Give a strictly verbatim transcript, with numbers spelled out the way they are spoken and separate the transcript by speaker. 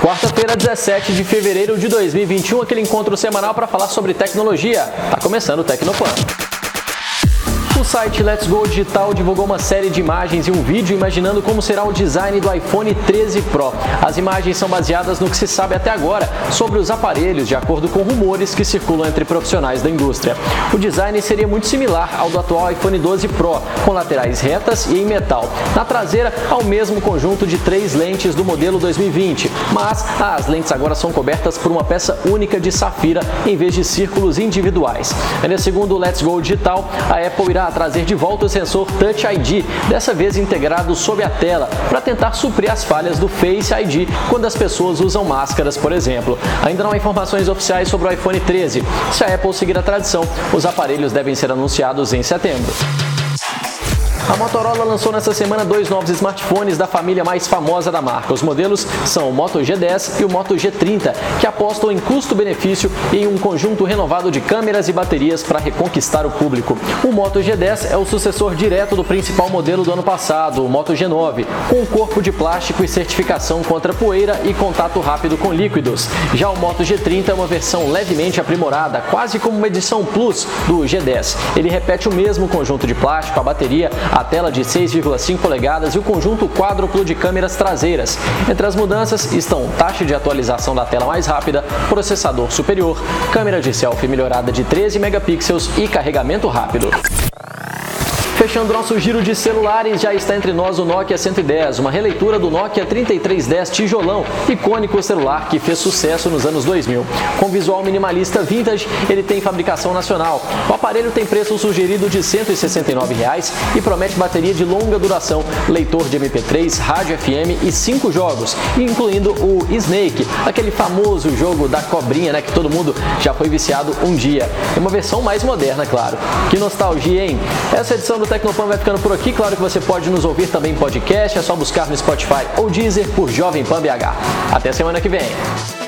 Speaker 1: Quarta-feira, dezessete de fevereiro de dois mil e vinte e um, aquele encontro semanal para falar sobre tecnologia. Tá começando o Tecnopan. O site Let's Go Digital divulgou uma série de imagens e um vídeo imaginando como será o design do iPhone treze Pro. As imagens são baseadas no que se sabe até agora sobre os aparelhos, de acordo com rumores que circulam entre profissionais da indústria. O design seria muito similar ao do atual iPhone doze Pro, com laterais retas e em metal. Na traseira, há o mesmo conjunto de três lentes do modelo dois mil e vinte, mas as lentes agora são cobertas por uma peça única de safira em vez de círculos individuais. Ainda segundo o Let's Go Digital, a Apple irá trazer de volta o sensor Touch I D, dessa vez integrado sob a tela, para tentar suprir as falhas do Face I D quando as pessoas usam máscaras, por exemplo. Ainda não há informações oficiais sobre o iPhone treze. Se a Apple seguir a tradição, os aparelhos devem ser anunciados em setembro. A Motorola lançou nesta semana dois novos smartphones da família mais famosa da marca. Os modelos são o Moto G dez e o Moto G trinta, que apostam em custo-benefício e em um conjunto renovado de câmeras e baterias para reconquistar o público. O Moto G dez é o sucessor direto do principal modelo do ano passado, o Moto G nove, com um corpo de plástico e certificação contra poeira e contato rápido com líquidos. Já o Moto G trinta é uma versão levemente aprimorada, quase como uma edição Plus do G dez. Ele repete o mesmo conjunto de plástico, a bateria, a tela de seis vírgula cinco polegadas e o conjunto quádruplo de câmeras traseiras. Entre as mudanças estão taxa de atualização da tela mais rápida, processador superior, câmera de selfie melhorada de treze megapixels e carregamento rápido. Fechando nosso giro de celulares, já está entre nós o Nokia cento e dez, uma releitura do Nokia trinta e três dez tijolão, icônico celular que fez sucesso nos anos dois mil. Com visual minimalista vintage, ele tem fabricação nacional. O aparelho tem preço sugerido de cento e sessenta e nove reais e promete bateria de longa duração, leitor de M P três, rádio F M e cinco jogos, incluindo o Snake, aquele famoso jogo da cobrinha, né, que todo mundo já foi viciado um dia. É uma versão mais moderna, claro. Que nostalgia, hein? Essa edição do Tecnopan vai ficando por aqui. Claro que você pode nos ouvir também em podcast, é só buscar no Spotify ou Deezer por Jovem Pan B H. Até semana que vem!